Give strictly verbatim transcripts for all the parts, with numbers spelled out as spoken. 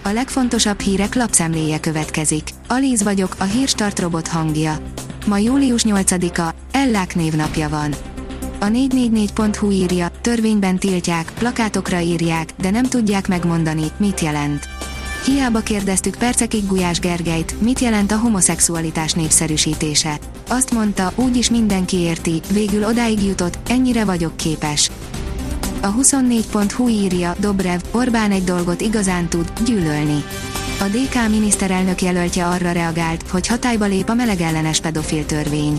A legfontosabb hírek lapszemléje következik. Alíz vagyok, a Hírstart robot hangja. Ma július nyolcadika, Ellák névnapja van. A négy négy négy pont hu írja, törvényben tiltják, plakátokra írják, de nem tudják megmondani, mit jelent. Hiába kérdeztük percekig Gulyás Gergelyt, mit jelent a homoszexualitás népszerűsítése. Azt mondta, úgyis mindenki érti, végül odáig jutott, ennyire vagyok képes. A huszonnégy pont hu írja, Dobrev, Orbán egy dolgot igazán tud, gyűlölni. A dé ká miniszterelnök jelöltje arra reagált, hogy hatályba lép a melegellenes pedofil törvény.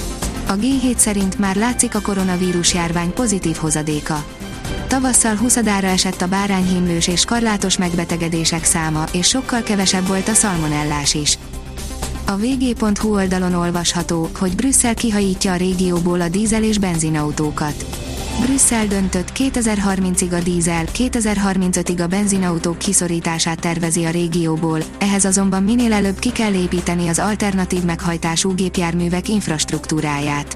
A gé hét szerint már látszik a koronavírus járvány pozitív hozadéka. Tavasszal huszadára esett a bárányhímlős és skarlátos megbetegedések száma, és sokkal kevesebb volt a szalmonellás is. A vé gé pont hu oldalon olvasható, hogy Brüsszel kihajítja a régióból a dízel- és benzinautókat. Brüsszel döntött, kétezer-harmincig a dízel, kétezer-harmincötig a benzinautók kiszorítását tervezi a régióból, ehhez azonban minél előbb ki kell építeni az alternatív meghajtású gépjárművek infrastruktúráját.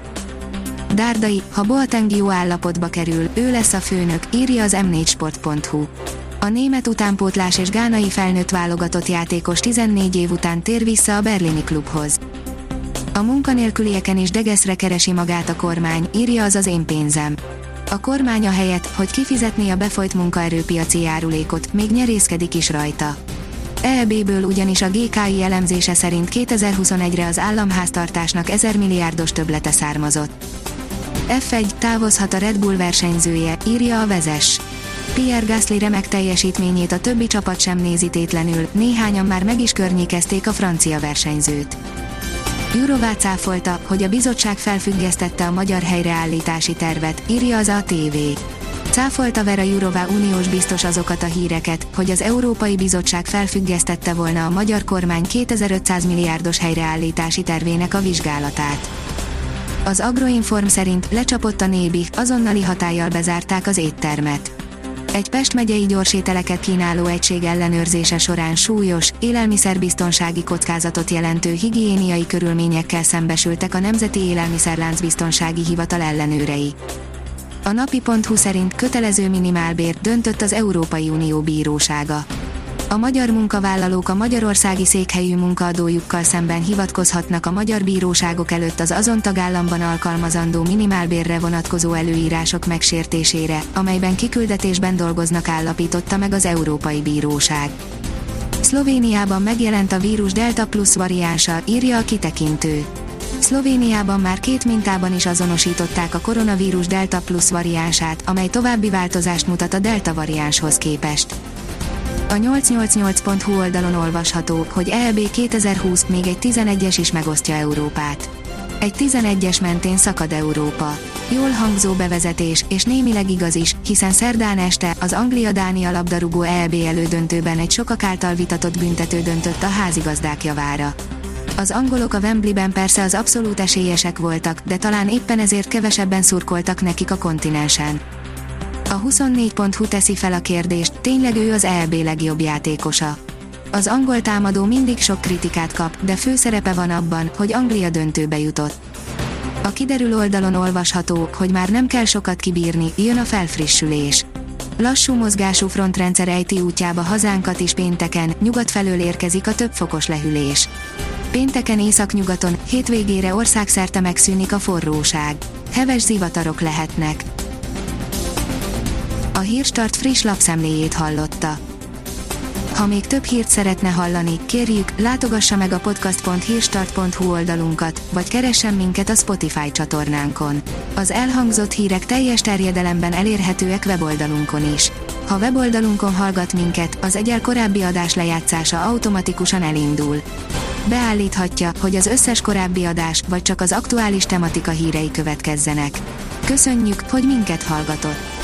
Dárdai, ha Boateng jó állapotba kerül, ő lesz a főnök, írja az em négy sport pont hu. A német utánpótlás és gánai felnőtt válogatott játékos tizennégy év után tér vissza a berlini klubhoz. A munkanélkülieken is degeszre keresi magát a kormány, írja az az Én pénzem. A kormány ahelyett, hogy kifizetné a befolyt munkaerőpiaci járulékot, még nyerészkedik is rajta. é é bé-ből ugyanis a gé ká i elemzése szerint kétezer-huszonegyre az államháztartásnak ezer milliárdos többlete származott. ef egy távozhat a Red Bull versenyzője, írja a Vezes. Pierre Gasly remek teljesítményét a többi csapat sem nézi tétlenül, néhányan már meg is környékezték a francia versenyzőt. Jourová cáfolta, hogy a bizottság felfüggesztette a magyar helyreállítási tervet, írja az á té vé. Cáfolta Vera Jourová uniós biztos azokat a híreket, hogy az Európai Bizottság felfüggesztette volna a magyar kormány kétezer-ötszáz milliárdos helyreállítási tervének a vizsgálatát. Az Agroinform szerint lecsapott a Nébi, azonnali hatállyal bezárták az éttermet. Egy Pest megyei gyorsételeket kínáló egység ellenőrzése során súlyos, élelmiszerbiztonsági kockázatot jelentő higiéniai körülményekkel szembesültek a Nemzeti Élelmiszerláncbiztonsági Hivatal ellenőrei. A napi pont hu szerint kötelező minimálbér, döntött az Európai Unió bírósága. A magyar munkavállalók a magyarországi székhelyű munkaadójukkal szemben hivatkozhatnak a magyar bíróságok előtt az azon tagállamban alkalmazandó minimálbérre vonatkozó előírások megsértésére, amelyben kiküldetésben dolgoznak, állapította meg az Európai Bíróság. Szlovéniában megjelent a vírus Delta plusz variánsa, írja a Kitekintő. Szlovéniában már két mintában is azonosították a koronavírus Delta plusz variánsát, amely további változást mutat a Delta variánshoz képest. A nyolcszáznyolcvannyolc pont hu oldalon olvasható, hogy é é bé kétezer-húsz még egy tizenegyes is megosztja Európát. Egy tizenegyes mentén szakad Európa. Jól hangzó bevezetés, és némileg igaz is, hiszen szerdán este az Anglia-Dánia labdarúgó é é bé elődöntőben egy sokak által vitatott büntető döntött a házigazdák javára. Az angolok a Wembleyben persze az abszolút esélyesek voltak, de talán éppen ezért kevesebben szurkoltak nekik a kontinensen. A huszonnégy pont hu teszi fel a kérdést, tényleg ő az é é bé legjobb játékosa. Az angol támadó mindig sok kritikát kap, de főszerepe van abban, hogy Anglia döntőbe jutott. A kiderül oldalon olvasható, hogy már nem kell sokat kibírni, jön a felfrissülés. Lassú mozgású frontrendszer ejti útjába hazánkat is pénteken, nyugat felől érkezik a több fokos lehűlés. Pénteken északnyugaton, hétvégére országszerte megszűnik a forróság. Heves zivatarok lehetnek. A Hírstart friss lapszemléjét hallotta. Ha még több hírt szeretne hallani, kérjük, látogassa meg a podcast pont hírstart pont hu oldalunkat, vagy keressen minket a Spotify csatornánkon. Az elhangzott hírek teljes terjedelemben elérhetőek weboldalunkon is. Ha weboldalunkon hallgat minket, az egyel korábbi adás lejátszása automatikusan elindul. Beállíthatja, hogy az összes korábbi adás, vagy csak az aktuális tematika hírei következzenek. Köszönjük, hogy minket hallgatott!